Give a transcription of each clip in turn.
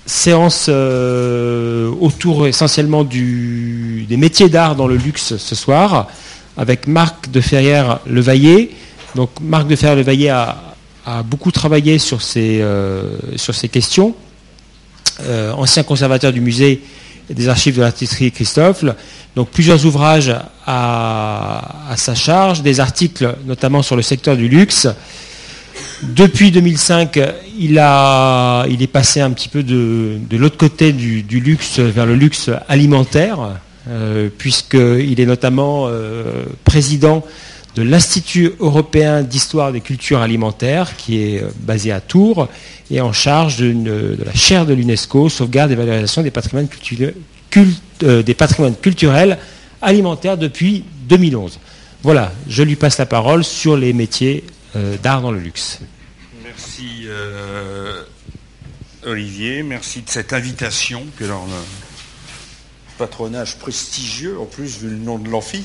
séance autour essentiellement des métiers d'art dans le luxe ce soir, avec Marc de Ferrière-Levaillé. Donc Marc de Ferrière-Levaillé a beaucoup travaillé sur ces questions. Ancien conservateur du musée et des archives de l'artisterie Christophe. Donc plusieurs ouvrages à sa charge, des articles notamment sur le secteur du luxe. Depuis 2005, il est passé un petit peu de l'autre côté du luxe vers le luxe alimentaire, puisqu'il est notamment président de l'Institut européen d'histoire des cultures alimentaires, qui est basé à Tours, et en charge de la chaire de l'UNESCO, sauvegarde et valorisation des patrimoines culturels alimentaires depuis 2011. Voilà, je lui passe la parole sur les métiers d'art dans le luxe. Merci Olivier, merci de cette invitation, puis alors le patronage prestigieux en plus vu le nom de l'amphi.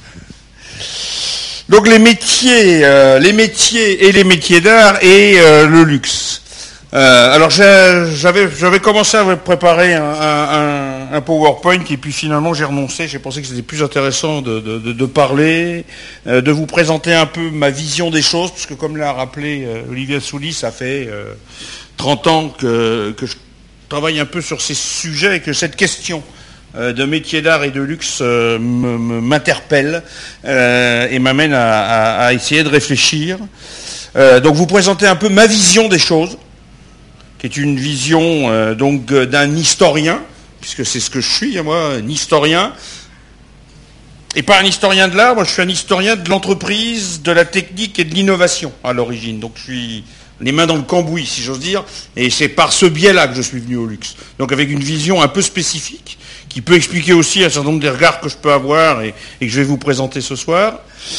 Donc les métiers et les métiers d'art et le luxe. Alors j'avais commencé à préparer un PowerPoint et puis finalement j'ai renoncé. J'ai pensé que c'était plus intéressant de parler, de vous présenter un peu ma vision des choses, parce que comme l'a rappelé Olivier Assouline, ça fait 30 ans que je travaille un peu sur ces sujets et que cette question de métier d'art et de luxe m'interpelle et m'amène à essayer de réfléchir. Donc vous présenter un peu ma vision des choses, qui est une vision donc d'un historien, puisque c'est ce que je suis, moi, un historien, et pas un historien de l'art, moi je suis un historien de l'entreprise, de la technique et de l'innovation à l'origine. Donc je suis les mains dans le cambouis, si j'ose dire, et c'est par ce biais-là que je suis venu au luxe. Donc avec une vision un peu spécifique, qui peut expliquer aussi un certain nombre des regards que je peux avoir et que je vais vous présenter ce soir.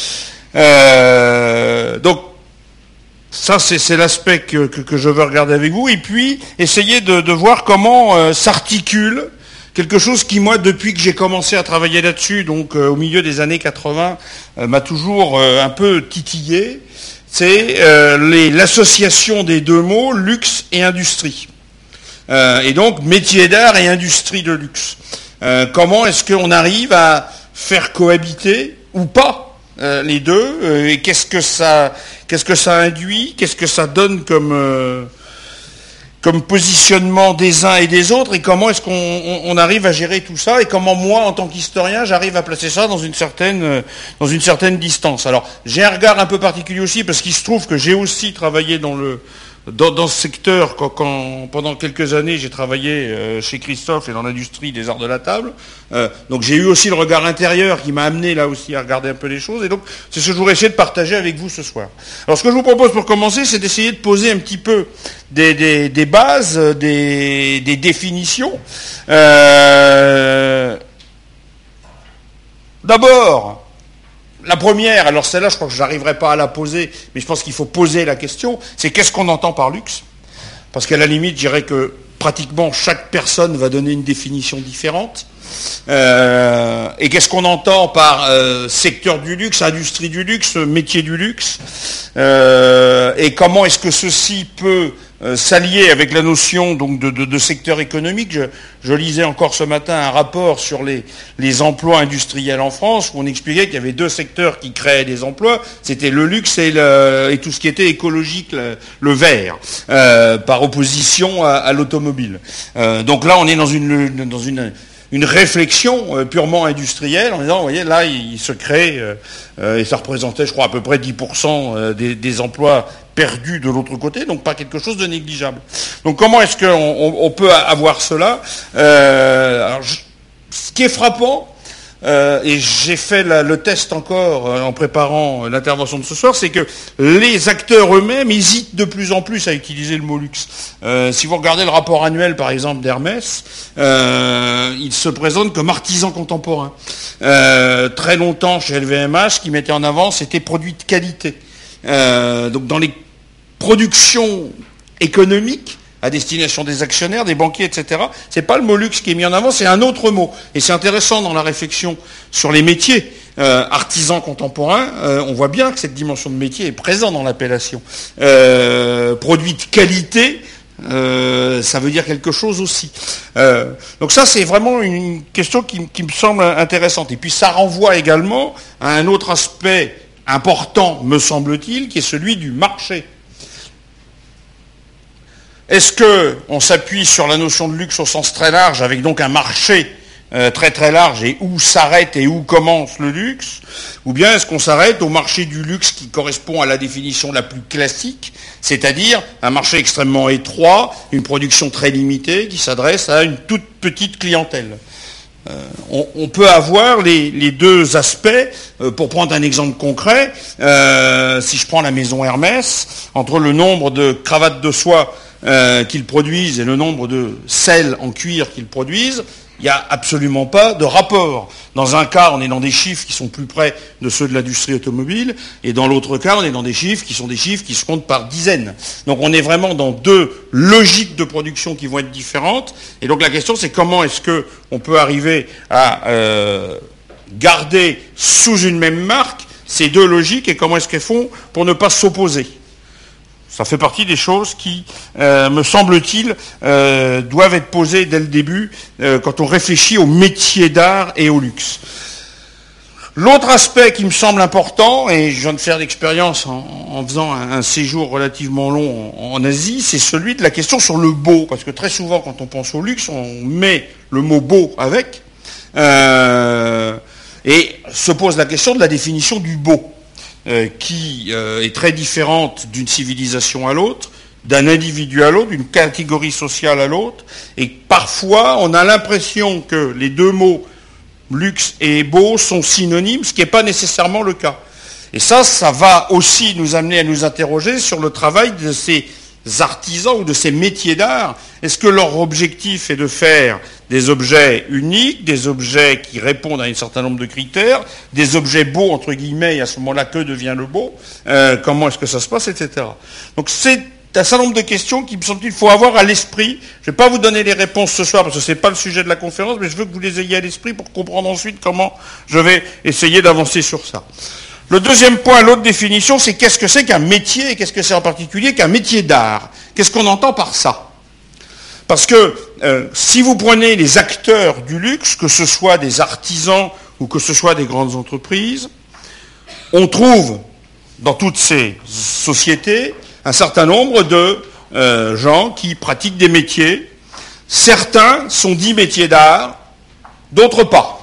Donc ça, c'est l'aspect que je veux regarder avec vous, et puis essayer de voir comment s'articule quelque chose qui, moi, depuis que j'ai commencé à travailler là-dessus, donc au milieu des années 80, m'a toujours un peu titillé, c'est l'association des deux mots, luxe et industrie. Et donc, métier d'art et industrie de luxe. Comment est-ce qu'on arrive à faire cohabiter, ou pas, les deux, et qu'est-ce que ça induit, qu'est-ce que ça donne comme positionnement des uns et des autres, et comment est-ce qu'on arrive à gérer tout ça, et comment moi, en tant qu'historien, j'arrive à placer ça dans une certaine distance. Alors, j'ai un regard un peu particulier aussi, parce qu'il se trouve que j'ai aussi travaillé dans ce secteur, quand pendant quelques années j'ai travaillé chez Christophe et dans l'industrie des arts de la table, donc j'ai eu aussi le regard intérieur qui m'a amené là aussi à regarder un peu les choses, et donc c'est ce que je voudrais essayer de partager avec vous ce soir. Alors ce que je vous propose pour commencer, c'est d'essayer de poser un petit peu des bases, des définitions. D'abord, la première, alors celle-là, je crois que je n'arriverai pas à la poser, mais je pense qu'il faut poser la question, c'est qu'est-ce qu'on entend par luxe ? Parce qu'à la limite, je dirais que pratiquement chaque personne va donner une définition différente. Et qu'est-ce qu'on entend par secteur du luxe, industrie du luxe, métier du luxe ? Et comment est-ce que ceci peut s'allier avec la notion donc de secteur économique. Je lisais encore ce matin un rapport sur les emplois industriels en France, où on expliquait qu'il y avait deux secteurs qui créaient des emplois, c'était le luxe et tout ce qui était écologique, le vert, par opposition à l'automobile. Donc là, on est dans une réflexion purement industrielle, en disant, vous voyez, là, il se crée, et ça représentait, je crois, à peu près 10% des emplois perdus de l'autre côté, donc pas quelque chose de négligeable. Donc comment est-ce qu'on peut avoir cela ? Alors, ce qui est frappant, et j'ai fait le test encore en préparant l'intervention de ce soir, c'est que les acteurs eux-mêmes hésitent de plus en plus à utiliser le mot luxe. Si vous regardez le rapport annuel, par exemple, d'Hermès, il se présente comme artisan contemporain. Très longtemps, chez LVMH, ce qui mettait en avant, c'était produits de qualité. Donc dans les productions économiques, à destination des actionnaires, des banquiers, etc. C'est pas le mot luxe qui est mis en avant, c'est un autre mot. Et c'est intéressant dans la réflexion sur les métiers artisans contemporains, on voit bien que cette dimension de métier est présente dans l'appellation. Produits de qualité, ça veut dire quelque chose aussi. Donc ça, c'est vraiment une question qui me semble intéressante. Et puis ça renvoie également à un autre aspect important, me semble-t-il, qui est celui du marché. Est-ce qu'on s'appuie sur la notion de luxe au sens très large, avec donc un marché très très large, et où s'arrête et où commence le luxe, ou bien est-ce qu'on s'arrête au marché du luxe qui correspond à la définition la plus classique, c'est-à-dire un marché extrêmement étroit, une production très limitée qui s'adresse à une toute petite clientèle. On peut avoir les deux aspects. Pour prendre un exemple concret, si je prends la maison Hermès, entre le nombre de cravates de soie qu'ils produisent et le nombre de selles en cuir qu'ils produisent, il n'y a absolument pas de rapport. Dans un cas, on est dans des chiffres qui sont plus près de ceux de l'industrie automobile, et dans l'autre cas, on est dans des chiffres qui sont des chiffres qui se comptent par dizaines. Donc on est vraiment dans deux logiques de production qui vont être différentes, et donc la question c'est comment est-ce qu'on peut arriver à garder sous une même marque ces deux logiques, et comment est-ce qu'elles font pour ne pas s'opposer. Ça fait partie des choses qui, me semble-t-il, doivent être posées dès le début quand on réfléchit au métier d'art et au luxe. L'autre aspect qui me semble important, et je viens de faire l'expérience en faisant un séjour relativement long en Asie, c'est celui de la question sur le beau. Parce que très souvent, quand on pense au luxe, on met le mot beau avec, et se pose la question de la définition du beau. Qui est très différente d'une civilisation à l'autre, d'un individu à l'autre, d'une catégorie sociale à l'autre, et parfois on a l'impression que les deux mots luxe et beau sont synonymes, ce qui n'est pas nécessairement le cas. Et ça va aussi nous amener à nous interroger sur le travail de ces artisans ou de ces métiers d'art. Est-ce que leur objectif est de faire des objets uniques, des objets qui répondent à un certain nombre de critères, des objets beaux, entre guillemets, et à ce moment-là, que devient le beau, comment est-ce que ça se passe, etc. Donc c'est un certain nombre de questions qui me semble-t-il faut avoir à l'esprit. Je ne vais pas vous donner les réponses ce soir, parce que ce n'est pas le sujet de la conférence, mais je veux que vous les ayez à l'esprit pour comprendre ensuite comment je vais essayer d'avancer sur ça. Le deuxième point, l'autre définition, c'est qu'est-ce que c'est qu'un métier, et qu'est-ce que c'est en particulier qu'un métier d'art. Qu'est-ce qu'on entend par ça? Parce que si vous prenez les acteurs du luxe, que ce soit des artisans ou que ce soit des grandes entreprises, on trouve dans toutes ces sociétés un certain nombre de gens qui pratiquent des métiers. Certains sont dits métiers d'art, d'autres pas.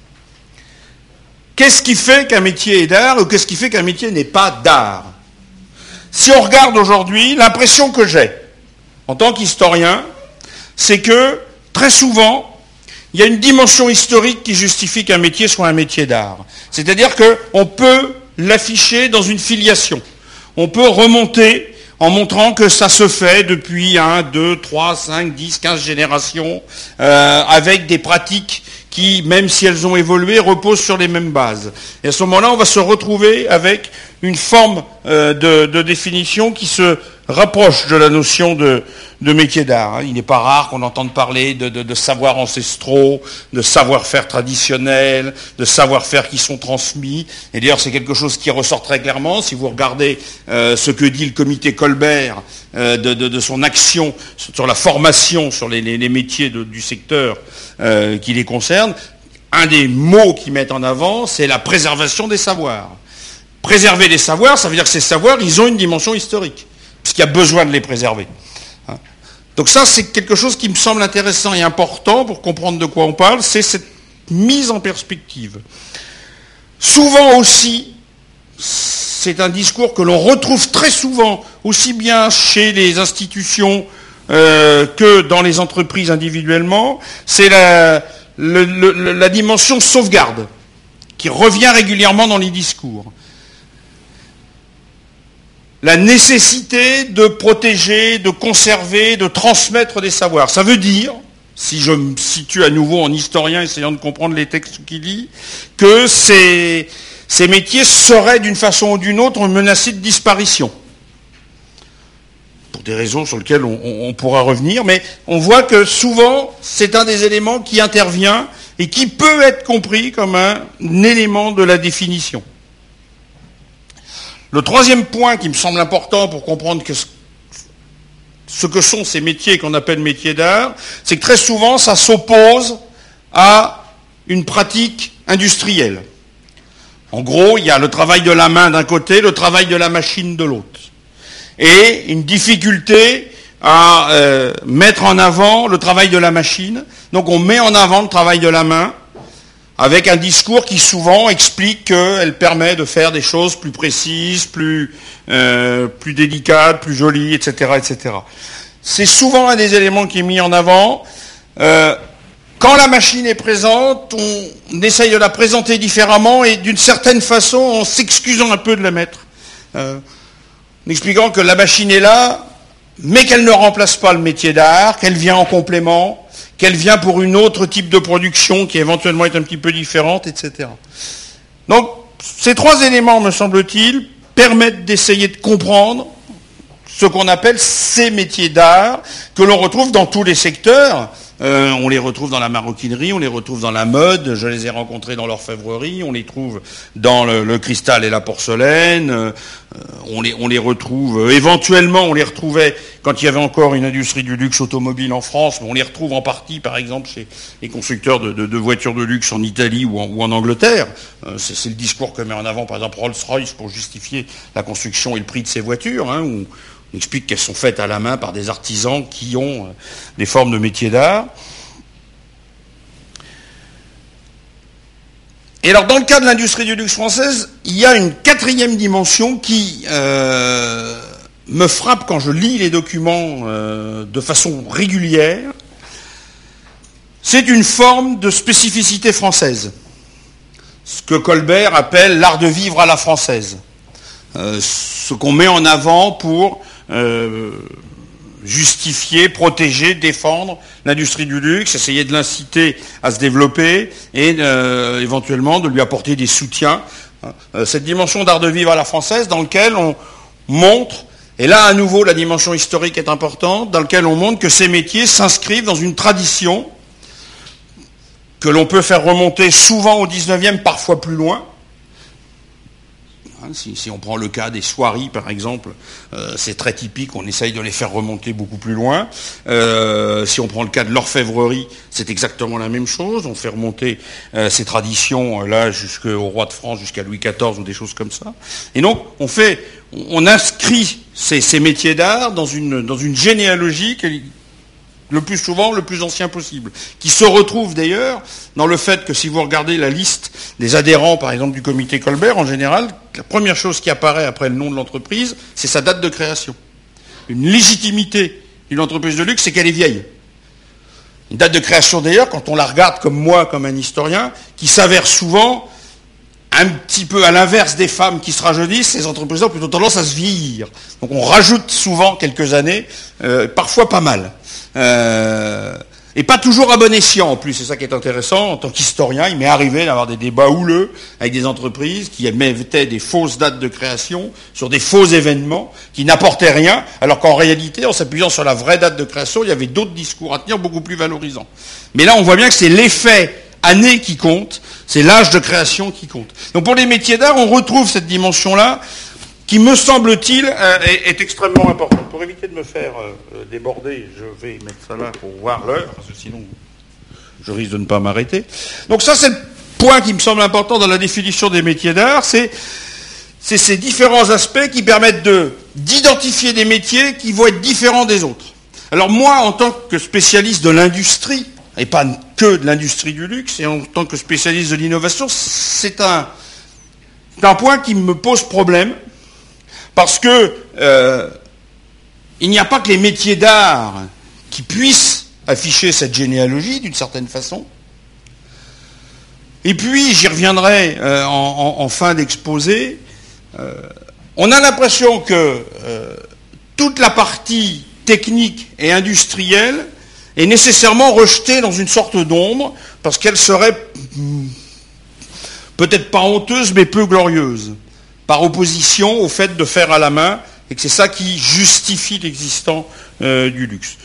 Qu'est-ce qui fait qu'un métier est d'art ou qu'est-ce qui fait qu'un métier n'est pas d'art? Si on regarde aujourd'hui, l'impression que j'ai, en tant qu'historien, c'est que, très souvent, il y a une dimension historique qui justifie qu'un métier soit un métier d'art. C'est-à-dire qu'on peut l'afficher dans une filiation. On peut remonter en montrant que ça se fait depuis 1, 2, 3, 5, 10, 15 générations, avec des pratiques qui, même si elles ont évolué, reposent sur les mêmes bases. Et à ce moment-là, on va se retrouver avec une forme de définition qui se rapproche de la notion de métier d'art. Il n'est pas rare qu'on entende parler de savoirs ancestraux, de savoir-faire traditionnels, de savoir-faire qui sont transmis. Et d'ailleurs, c'est quelque chose qui ressort très clairement. Si vous regardez ce que dit le comité Colbert de son action sur la formation, sur les métiers du secteur qui les concerne, un des mots qu'ils mettent en avant, c'est la préservation des savoirs. Préserver les savoirs, ça veut dire que ces savoirs, ils ont une dimension historique, puisqu'il y a besoin de les préserver. Donc ça, c'est quelque chose qui me semble intéressant et important pour comprendre de quoi on parle, c'est cette mise en perspective. Souvent aussi, c'est un discours que l'on retrouve très souvent, aussi bien chez les institutions que dans les entreprises individuellement, c'est la dimension sauvegarde, qui revient régulièrement dans les discours. La nécessité de protéger, de conserver, de transmettre des savoirs. Ça veut dire, si je me situe à nouveau en historien essayant de comprendre les textes qu'il lit, que ces métiers seraient d'une façon ou d'une autre menacés de disparition. Pour des raisons sur lesquelles on pourra revenir, mais on voit que souvent c'est un des éléments qui intervient et qui peut être compris comme un élément de la définition. Le troisième point qui me semble important pour comprendre ce que sont ces métiers qu'on appelle métiers d'art, c'est que très souvent, ça s'oppose à une pratique industrielle. En gros, il y a le travail de la main d'un côté, le travail de la machine de l'autre. Et une difficulté à mettre en avant le travail de la machine. Donc on met en avant le travail de la main avec un discours qui souvent explique qu'elle permet de faire des choses plus précises, plus délicates, plus jolies, etc., etc. C'est souvent un des éléments qui est mis en avant. Quand la machine est présente, on essaye de la présenter différemment et d'une certaine façon en s'excusant un peu de la mettre. En expliquant que la machine est là, mais qu'elle ne remplace pas le métier d'art, qu'elle vient en complément, qu'elle vient pour une autre type de production qui éventuellement est un petit peu différente, etc. Donc, ces trois éléments, me semble-t-il, permettent d'essayer de comprendre ce qu'on appelle ces métiers d'art, que l'on retrouve dans tous les secteurs. On les retrouve dans la maroquinerie, on les retrouve dans la mode, je les ai rencontrés dans l'orfèvrerie, on les trouve dans le cristal et la porcelaine, on les retrouve, éventuellement on les retrouvait quand il y avait encore une industrie du luxe automobile en France, mais on les retrouve en partie par exemple chez les constructeurs de voitures de luxe en Italie ou en Angleterre. C'est le discours que met en avant par exemple Rolls-Royce pour justifier la construction et le prix de ses voitures, où on explique qu'elles sont faites à la main par des artisans qui ont des formes de métiers d'art. Et alors, dans le cas de l'industrie du luxe française, il y a une quatrième dimension qui me frappe quand je lis les documents de façon régulière. C'est une forme de spécificité française. Ce que Colbert appelle l'art de vivre à la française. Ce qu'on met en avant pour justifier, protéger, défendre l'industrie du luxe, essayer de l'inciter à se développer et éventuellement de lui apporter des soutiens. Cette dimension d'art de vivre à la française dans laquelle on montre, et là à nouveau la dimension historique est importante, dans laquelle on montre que ces métiers s'inscrivent dans une tradition que l'on peut faire remonter souvent au 19e, parfois plus loin. Si on prend le cas des soieries, par exemple, c'est très typique, on essaye de les faire remonter beaucoup plus loin. Si on prend le cas de l'orfèvrerie, c'est exactement la même chose. On fait remonter ces traditions là jusqu'au roi de France, jusqu'à Louis XIV ou des choses comme ça. Et donc, on inscrit ces métiers d'art dans une généalogie le plus souvent le plus ancien possible, qui se retrouve d'ailleurs dans le fait que si vous regardez la liste des adhérents, par exemple, du comité Colbert, en général, la première chose qui apparaît après le nom de l'entreprise, c'est sa date de création. Une légitimité d'une entreprise de luxe, c'est qu'elle est vieille. Une date de création d'ailleurs, quand on la regarde comme moi, comme un historien, qui s'avère souvent un petit peu à l'inverse des femmes qui se rajeunissent, ces entreprises-là ont plutôt tendance à se vieillir. Donc on rajoute souvent quelques années, parfois pas mal. Et pas toujours à bon escient en plus, c'est ça qui est intéressant. En tant qu'historien, il m'est arrivé d'avoir des débats houleux avec des entreprises qui mettaient des fausses dates de création sur des faux événements qui n'apportaient rien, alors qu'en réalité, en s'appuyant sur la vraie date de création, il y avait d'autres discours à tenir beaucoup plus valorisants. Mais là, on voit bien que c'est l'effet année qui compte, c'est l'âge de création qui compte. Donc pour les métiers d'art, on retrouve cette dimension-là qui, me semble-t-il, est extrêmement importante. Pour éviter de me faire déborder, je vais mettre ça là pour voir l'heure, parce que sinon, je risque de ne pas m'arrêter. Donc ça, c'est le point qui me semble important dans la définition des métiers d'art, c'est ces différents aspects qui permettent d'identifier des métiers qui vont être différents des autres. Alors moi, en tant que spécialiste de l'industrie, et pas que de l'industrie du luxe, et en tant que spécialiste de l'innovation, c'est un point qui me pose problème, parce que il n'y a pas que les métiers d'art qui puissent afficher cette généalogie, d'une certaine façon. Et puis, j'y reviendrai en fin d'exposé, on a l'impression que toute la partie technique et industrielle est nécessairement rejetée dans une sorte d'ombre, parce qu'elle serait peut-être pas honteuse, mais peu glorieuse, par opposition au fait de faire à la main, et que c'est ça qui justifie l'existence du luxe.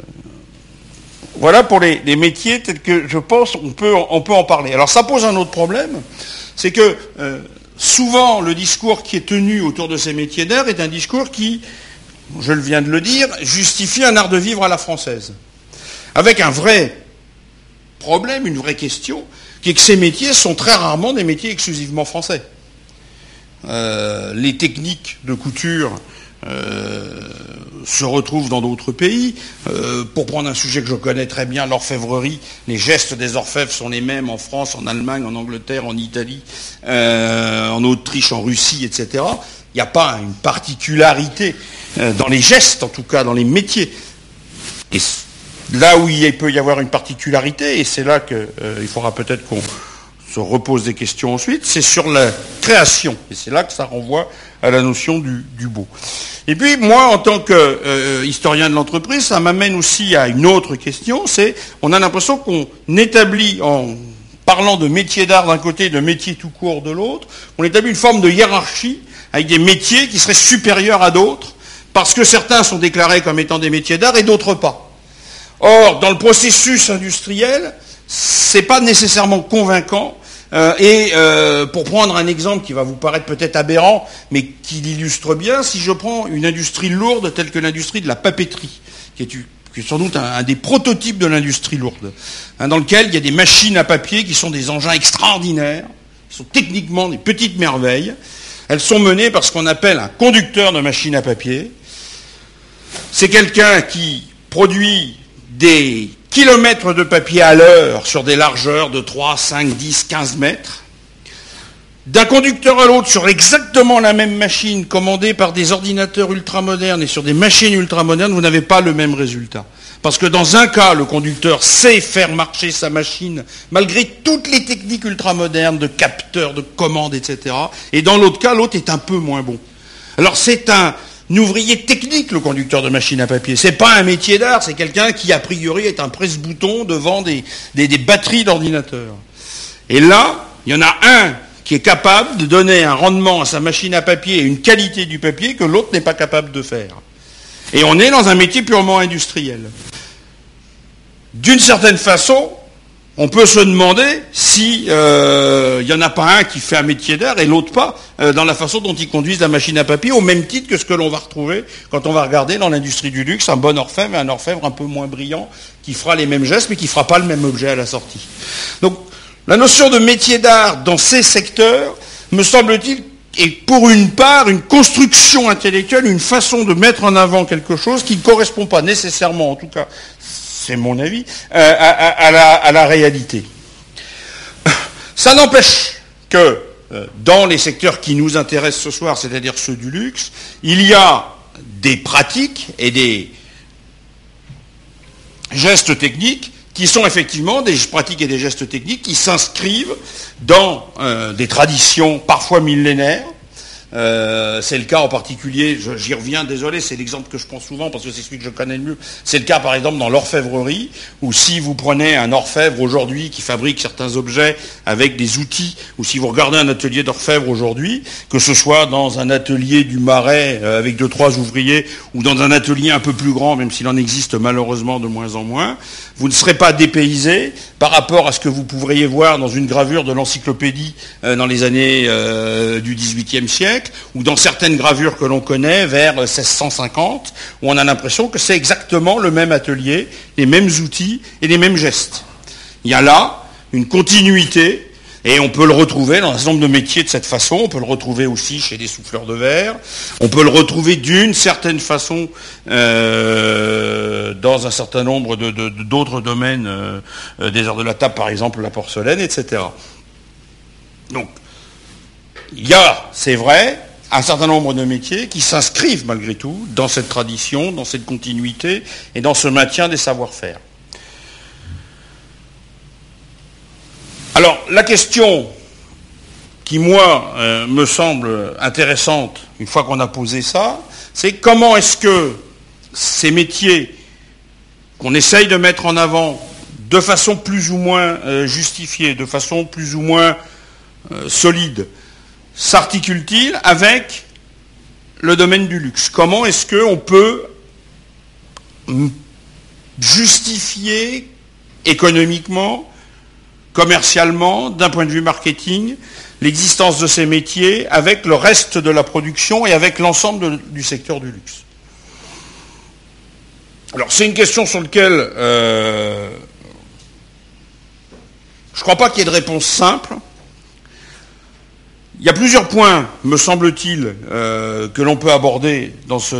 Voilà pour les métiers tels que je pense on peut en parler. Alors ça pose un autre problème, c'est que souvent le discours qui est tenu autour de ces métiers d'art est un discours qui je viens de le dire, justifie un art de vivre à la française. Avec un vrai problème, une vraie question, qui est que ces métiers sont très rarement des métiers exclusivement français. Les techniques de couture se retrouvent dans d'autres pays. Pour prendre un sujet que je connais très bien, l'orfèvrerie, les gestes des orfèvres sont les mêmes en France, en Allemagne, en Angleterre, en Italie, en Autriche, en Russie, etc. Il n'y a pas une particularité dans les gestes, en tout cas dans les métiers. Et là où il peut y avoir une particularité, et c'est là qu'il faudra peut-être qu'on se repose des questions ensuite, c'est sur la création. Et c'est là que ça renvoie à la notion du beau. Et puis, moi, en tant qu'historien de l'entreprise, ça m'amène aussi à une autre question, c'est, on a l'impression qu'on établit, en parlant de métiers d'art d'un côté et de métiers tout court de l'autre, on établit une forme de hiérarchie avec des métiers qui seraient supérieurs à d'autres, parce que certains sont déclarés comme étant des métiers d'art et d'autres pas. Or, dans le processus industriel, c'est pas nécessairement convaincant. Pour prendre un exemple qui va vous paraître peut-être aberrant, mais qui l'illustre bien, si je prends une industrie lourde telle que l'industrie de la papeterie, qui est sans doute un des prototypes de l'industrie lourde, dans lequel il y a des machines à papier qui sont des engins extraordinaires, qui sont techniquement des petites merveilles. Elles sont menées par ce qu'on appelle un conducteur de machine à papier. C'est quelqu'un qui produit des kilomètres de papier à l'heure sur des largeurs de 3, 5, 10, 15 mètres. D'un conducteur à l'autre sur exactement la même machine, commandée par des ordinateurs ultramodernes et sur des machines ultramodernes, vous n'avez pas le même résultat. Parce que dans un cas, le conducteur sait faire marcher sa machine, malgré toutes les techniques ultramodernes de capteurs, de commandes, etc. Et dans l'autre cas, l'autre est un peu moins bon. Alors c'est un ouvrier technique, le conducteur de machine à papier. C'est pas un métier d'art, c'est quelqu'un qui, a priori, est un presse-bouton devant des batteries d'ordinateurs. Et là, il y en a un qui est capable de donner un rendement à sa machine à papier et une qualité du papier que l'autre n'est pas capable de faire. Et on est dans un métier purement industriel. D'une certaine façon, on peut se demander si y en a pas un qui fait un métier d'art et l'autre pas, dans la façon dont ils conduisent la machine à papier, au même titre que ce que l'on va retrouver quand on va regarder dans l'industrie du luxe un bon orfèvre et un orfèvre un peu moins brillant qui fera les mêmes gestes mais qui fera pas le même objet à la sortie. Donc la notion de métier d'art dans ces secteurs, me semble-t-il, est pour une part une construction intellectuelle, une façon de mettre en avant quelque chose qui ne correspond pas nécessairement, en tout cas, c'est mon avis, à la réalité. Ça n'empêche que dans les secteurs qui nous intéressent ce soir, c'est-à-dire ceux du luxe, il y a des pratiques et des gestes techniques qui sont effectivement des pratiques et des gestes techniques qui s'inscrivent dans des traditions parfois millénaires. C'est le cas en particulier, j'y reviens, désolé, c'est l'exemple que je prends souvent parce que c'est celui que je connais le mieux. C'est le cas par exemple dans l'orfèvrerie, où si vous prenez un orfèvre aujourd'hui qui fabrique certains objets avec des outils, ou si vous regardez un atelier d'orfèvre aujourd'hui, que ce soit dans un atelier du Marais avec 2-3 ouvriers, ou dans un atelier un peu plus grand, même s'il en existe malheureusement de moins en moins, vous ne serez pas dépaysé par rapport à ce que vous pourriez voir dans une gravure de l'encyclopédie dans les années du XVIIIe siècle, ou dans certaines gravures que l'on connaît vers 1650, où on a l'impression que c'est exactement le même atelier, les mêmes outils et les mêmes gestes. Il y a là une continuité, et on peut le retrouver dans un certain nombre de métiers de cette façon, on peut le retrouver aussi chez des souffleurs de verre, on peut le retrouver d'une certaine façon dans un certain nombre d'autres domaines, des arts de la table par exemple, la porcelaine, etc. Donc, il y a, c'est vrai, un certain nombre de métiers qui s'inscrivent malgré tout dans cette tradition, dans cette continuité et dans ce maintien des savoir-faire. Alors, la question qui, moi, me semble intéressante, une fois qu'on a posé ça, c'est comment est-ce que ces métiers qu'on essaye de mettre en avant de façon plus ou moins justifiée, de façon plus ou moins solide, s'articule-t-il avec le domaine du luxe? Comment est-ce qu'on peut justifier économiquement, commercialement, d'un point de vue marketing, l'existence de ces métiers avec le reste de la production et avec l'ensemble du secteur du luxe? Alors, c'est une question sur laquelle je ne crois pas qu'il y ait de réponse simple. Il y a plusieurs points, me semble-t-il, que l'on peut aborder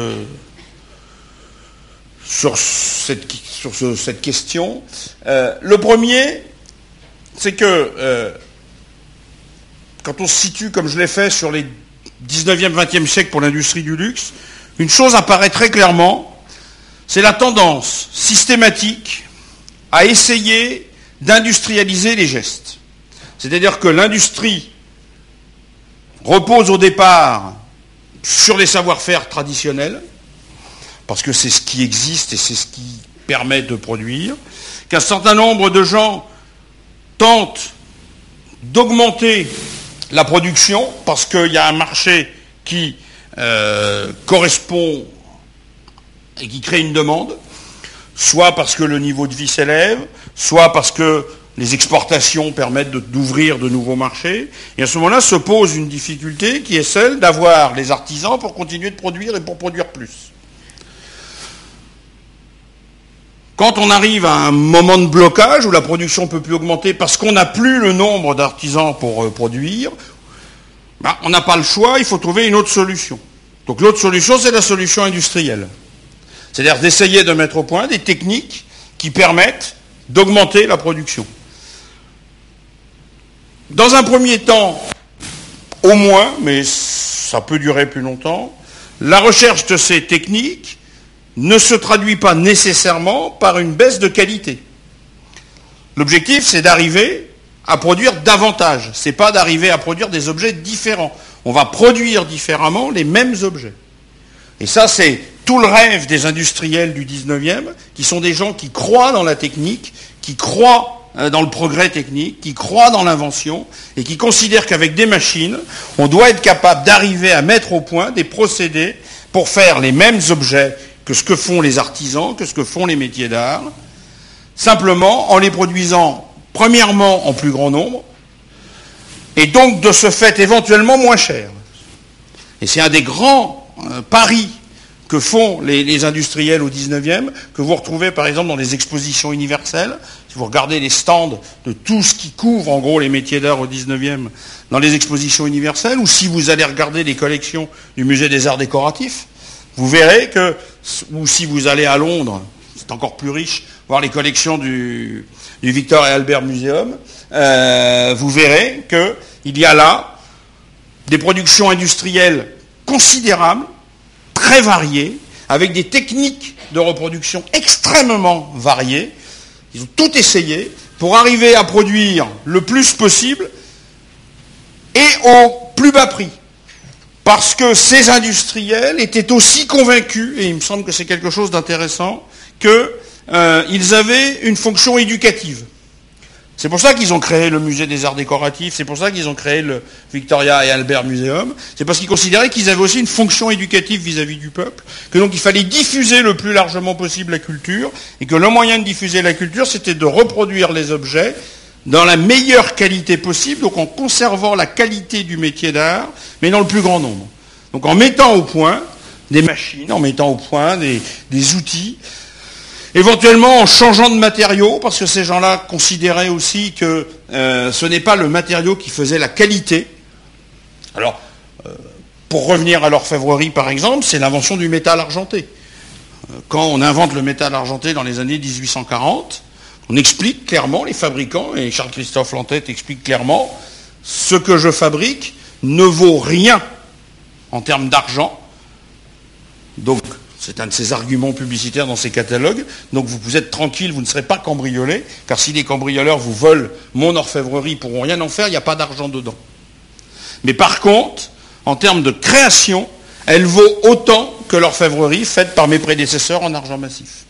sur cette question. Le premier, c'est que quand on se situe, comme je l'ai fait, sur les 19e, 20e siècles pour l'industrie du luxe, une chose apparaît très clairement, c'est la tendance systématique à essayer d'industrialiser les gestes. C'est-à-dire que l'industrie repose au départ sur les savoir-faire traditionnels, parce que c'est ce qui existe et c'est ce qui permet de produire, qu'un certain nombre de gens tentent d'augmenter la production, parce qu'il y a un marché qui correspond et qui crée une demande, soit parce que le niveau de vie s'élève, soit parce que les exportations permettent d'ouvrir de nouveaux marchés. Et à ce moment-là se pose une difficulté qui est celle d'avoir les artisans pour continuer de produire et pour produire plus. Quand on arrive à un moment de blocage où la production ne peut plus augmenter parce qu'on n'a plus le nombre d'artisans pour produire, on n'a pas le choix, il faut trouver une autre solution. Donc l'autre solution, c'est la solution industrielle. C'est-à-dire d'essayer de mettre au point des techniques qui permettent d'augmenter la production. Dans un premier temps, au moins, mais ça peut durer plus longtemps, la recherche de ces techniques ne se traduit pas nécessairement par une baisse de qualité. L'objectif, c'est d'arriver à produire davantage. C'est pas d'arriver à produire des objets différents. On va produire différemment les mêmes objets. Et ça, c'est tout le rêve des industriels du 19e, qui sont des gens qui croient dans la technique, qui croient dans le progrès technique, qui croient dans l'invention, et qui considèrent qu'avec des machines, on doit être capable d'arriver à mettre au point des procédés pour faire les mêmes objets que ce que font les artisans, que ce que font les métiers d'art, simplement en les produisant premièrement en plus grand nombre, et donc de ce fait éventuellement moins cher. Et c'est un des grands paris que font les industriels au 19e, que vous retrouvez par exemple dans les expositions universelles. Si vous regardez les stands de tout ce qui couvre en gros les métiers d'art au 19e dans les expositions universelles, ou si vous allez regarder les collections du musée des arts décoratifs, vous verrez que, ou si vous allez à Londres, c'est encore plus riche, voir les collections du Victor et Albert Museum, vous verrez qu'il y a là des productions industrielles considérables, très variées, avec des techniques de reproduction extrêmement variées. Ils ont tout essayé pour arriver à produire le plus possible et au plus bas prix. Parce que ces industriels étaient aussi convaincus, et il me semble que c'est quelque chose d'intéressant, qu'ils avaient une fonction éducative. C'est pour ça qu'ils ont créé le musée des arts décoratifs, c'est pour ça qu'ils ont créé le Victoria et Albert Museum, c'est parce qu'ils considéraient qu'ils avaient aussi une fonction éducative vis-à-vis du peuple, que donc il fallait diffuser le plus largement possible la culture, et que le moyen de diffuser la culture, c'était de reproduire les objets dans la meilleure qualité possible, donc en conservant la qualité du métier d'art, mais dans le plus grand nombre. Donc en mettant au point des machines, en mettant au point des outils, éventuellement en changeant de matériaux, parce que ces gens-là considéraient aussi que ce n'est pas le matériau qui faisait la qualité. Alors, pour revenir à l'orfèvrerie par exemple, c'est l'invention du métal argenté. Quand on invente le métal argenté dans les années 1840, on explique clairement, les fabricants, et Charles-Christophe Lantette explique clairement, ce que je fabrique ne vaut rien en termes d'argent. Donc, c'est un de ses arguments publicitaires dans ses catalogues. Donc vous êtes tranquille, vous ne serez pas cambriolé, car si les cambrioleurs vous volent mon orfèvrerie, ils ne pourront rien en faire, il n'y a pas d'argent dedans. Mais par contre, en termes de création, elle vaut autant que l'orfèvrerie faite par mes prédécesseurs en argent massif.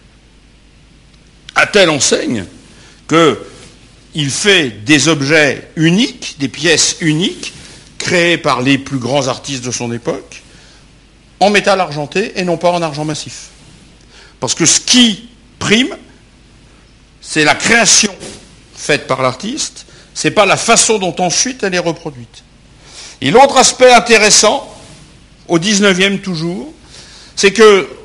À telle enseigne qu'il fait des objets uniques, des pièces uniques, créées par les plus grands artistes de son époque, en métal argenté et non pas en argent massif. Parce que ce qui prime, c'est la création faite par l'artiste, c'est pas la façon dont ensuite elle est reproduite. Et l'autre aspect intéressant, au 19e toujours, c'est que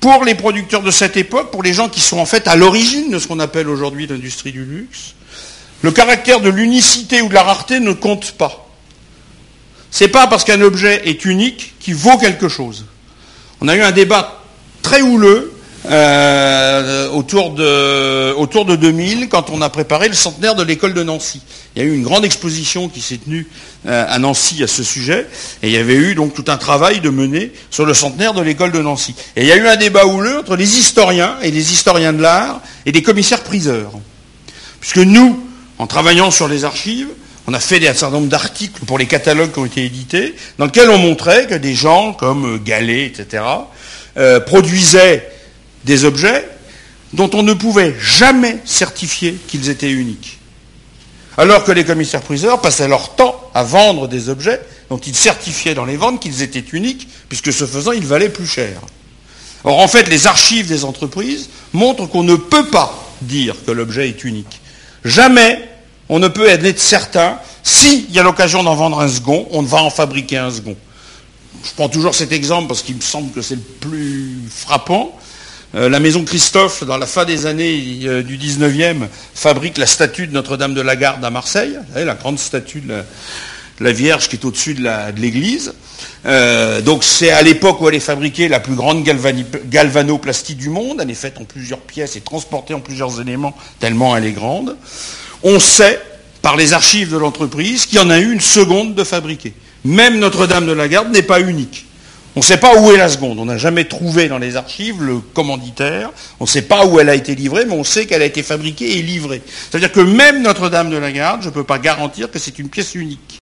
pour les producteurs de cette époque, pour les gens qui sont en fait à l'origine de ce qu'on appelle aujourd'hui l'industrie du luxe, le caractère de l'unicité ou de la rareté ne compte pas. C'est pas parce qu'un objet est unique qu'il vaut quelque chose. On a eu un débat très houleux autour de 2000, quand on a préparé le centenaire de l'école de Nancy. Il y a eu une grande exposition qui s'est tenue à Nancy à ce sujet, et il y avait eu donc tout un travail de mener sur le centenaire de l'école de Nancy. Et il y a eu un débat houleux entre les historiens et les historiens de l'art et les commissaires-priseurs. Puisque nous, en travaillant sur les archives, on a fait un certain nombre d'articles pour les catalogues qui ont été édités, dans lesquels on montrait que des gens comme Gallet, etc., produisaient des objets dont on ne pouvait jamais certifier qu'ils étaient uniques. Alors que les commissaires-priseurs passaient leur temps à vendre des objets dont ils certifiaient dans les ventes qu'ils étaient uniques, puisque ce faisant, ils valaient plus cher. Or, en fait, les archives des entreprises montrent qu'on ne peut pas dire que l'objet est unique. Jamais on ne peut être certain, s'il y a l'occasion d'en vendre un second, on va en fabriquer un second. Je prends toujours cet exemple parce qu'il me semble que c'est le plus frappant. La maison Christophe, dans la fin des années du 19e, fabrique la statue de Notre-Dame de la Garde à Marseille, la grande statue de la Vierge qui est au-dessus de l'église. Donc c'est à l'époque où elle est fabriquée la plus grande galvanoplastie du monde. Elle est faite en plusieurs pièces et transportée en plusieurs éléments, tellement elle est grande. On sait, par les archives de l'entreprise, qu'il y en a eu une seconde de fabriquée. Même Notre-Dame de la Garde n'est pas unique. On ne sait pas où est la seconde. On n'a jamais trouvé dans les archives le commanditaire. On ne sait pas où elle a été livrée, mais on sait qu'elle a été fabriquée et livrée. C'est-à-dire que même Notre-Dame de la Garde, je ne peux pas garantir que c'est une pièce unique.